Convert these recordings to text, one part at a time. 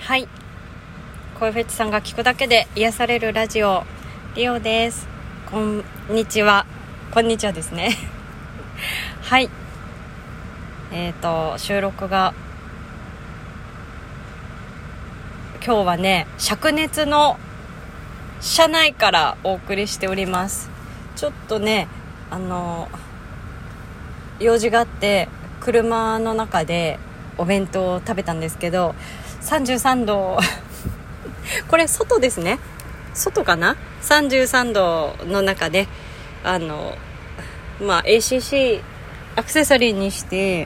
はい、声フェチさんが聞くだけで癒されるラジオ、リオです。こんにちはですねはい、収録が今日はね、灼熱の車内からお送りしております。ちょっとね、用事があって車の中でお弁当を食べたんですけど、33度これ外ですね、外かな、33度の中でACC アクセサリーにして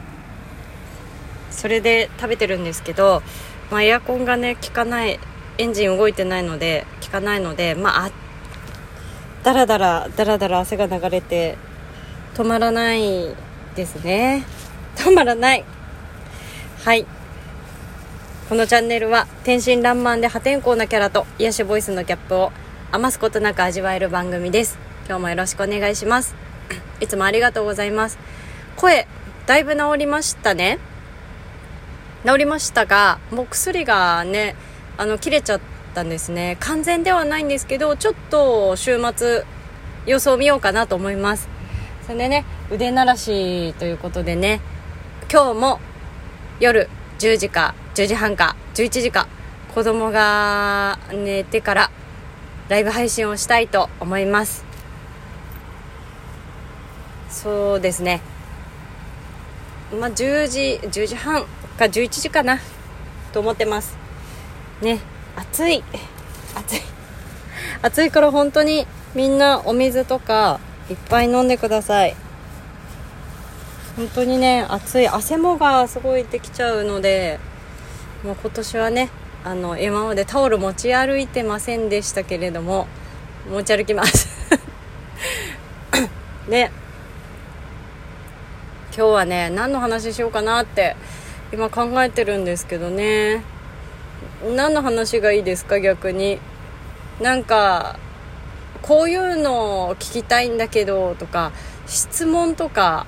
それで食べてるんですけど、エアコンがね効かない、エンジン動いてないので効かないので、だらだら汗が流れて止まらないですね。止まらない。はい、このチャンネルは天真爛漫で破天荒なキャラと癒しボイスのギャップを余すことなく味わえる番組です。今日もよろしくお願いします。いつもありがとうございます。声だいぶ治りましたね。治りましたが、もう薬がね切れちゃったんですね。完全ではないんですけど、ちょっと週末様子を見ようかなと思います。それでね、腕慣らしということでね、今日も夜10時か10時半か11時か子供が寝てからライブ配信をしたいと思います。そうですね、10時半か11時かなと思ってますね。暑いから本当にみんなお水とかいっぱい飲んでください。本当にね、暑い、汗もがすごいできちゃうので、もう今年はね今までタオル持ち歩いてませんでしたけれども、持ち歩きますで、今日はね何の話しようかなって今考えてるんですけどね。何の話がいいですか？逆になんかこういうのを聞きたいんだけどとか、質問とか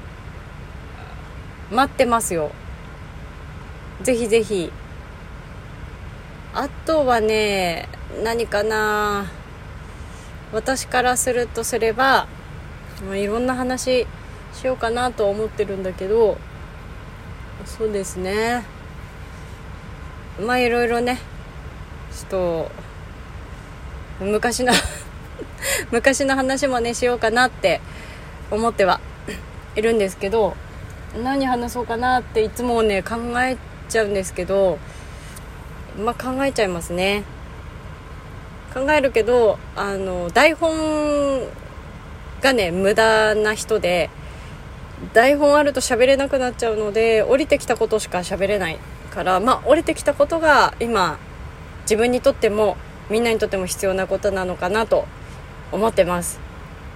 待ってますよ。ぜひぜひ。あとはね、何かな、私からすればいろんな話しようかなと思ってるんだけど、そうですね、いろいろね、ちょっと昔の話もねしようかなって思ってはいるんですけど、何話そうかなっていつもね考えちゃうんですけど、考えちゃいますね。考えるけど台本がね無駄な人で、台本あると喋れなくなっちゃうので、降りてきたことしか喋れないから、降りてきたことが今自分にとってもみんなにとっても必要なことなのかなと思ってます。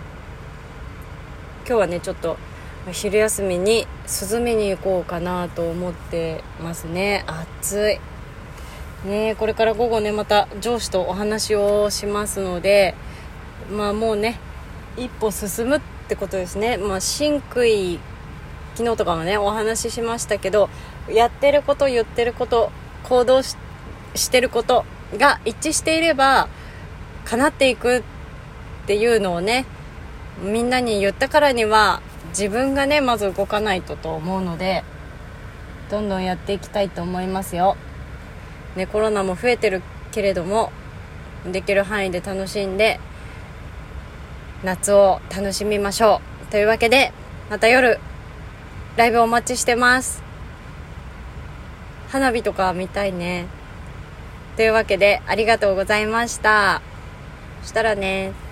今日はねちょっと昼休みに涼みに行こうかなと思ってますね。暑いね。これから午後ねまた上司とお話をしますので、もうね一歩進むってことですね。真杭、昨日とかもねお話ししましたけど、やってること言ってること行動してることが一致していれば叶っていくっていうのをね、みんなに言ったからには自分がねまず動かないと思うので、どんどんやっていきたいと思いますよね。コロナも増えてるけれども、できる範囲で楽しんで夏を楽しみましょう。というわけで、また夜ライブお待ちしてます。花火とか見たいね。というわけでありがとうございました。そしたらね。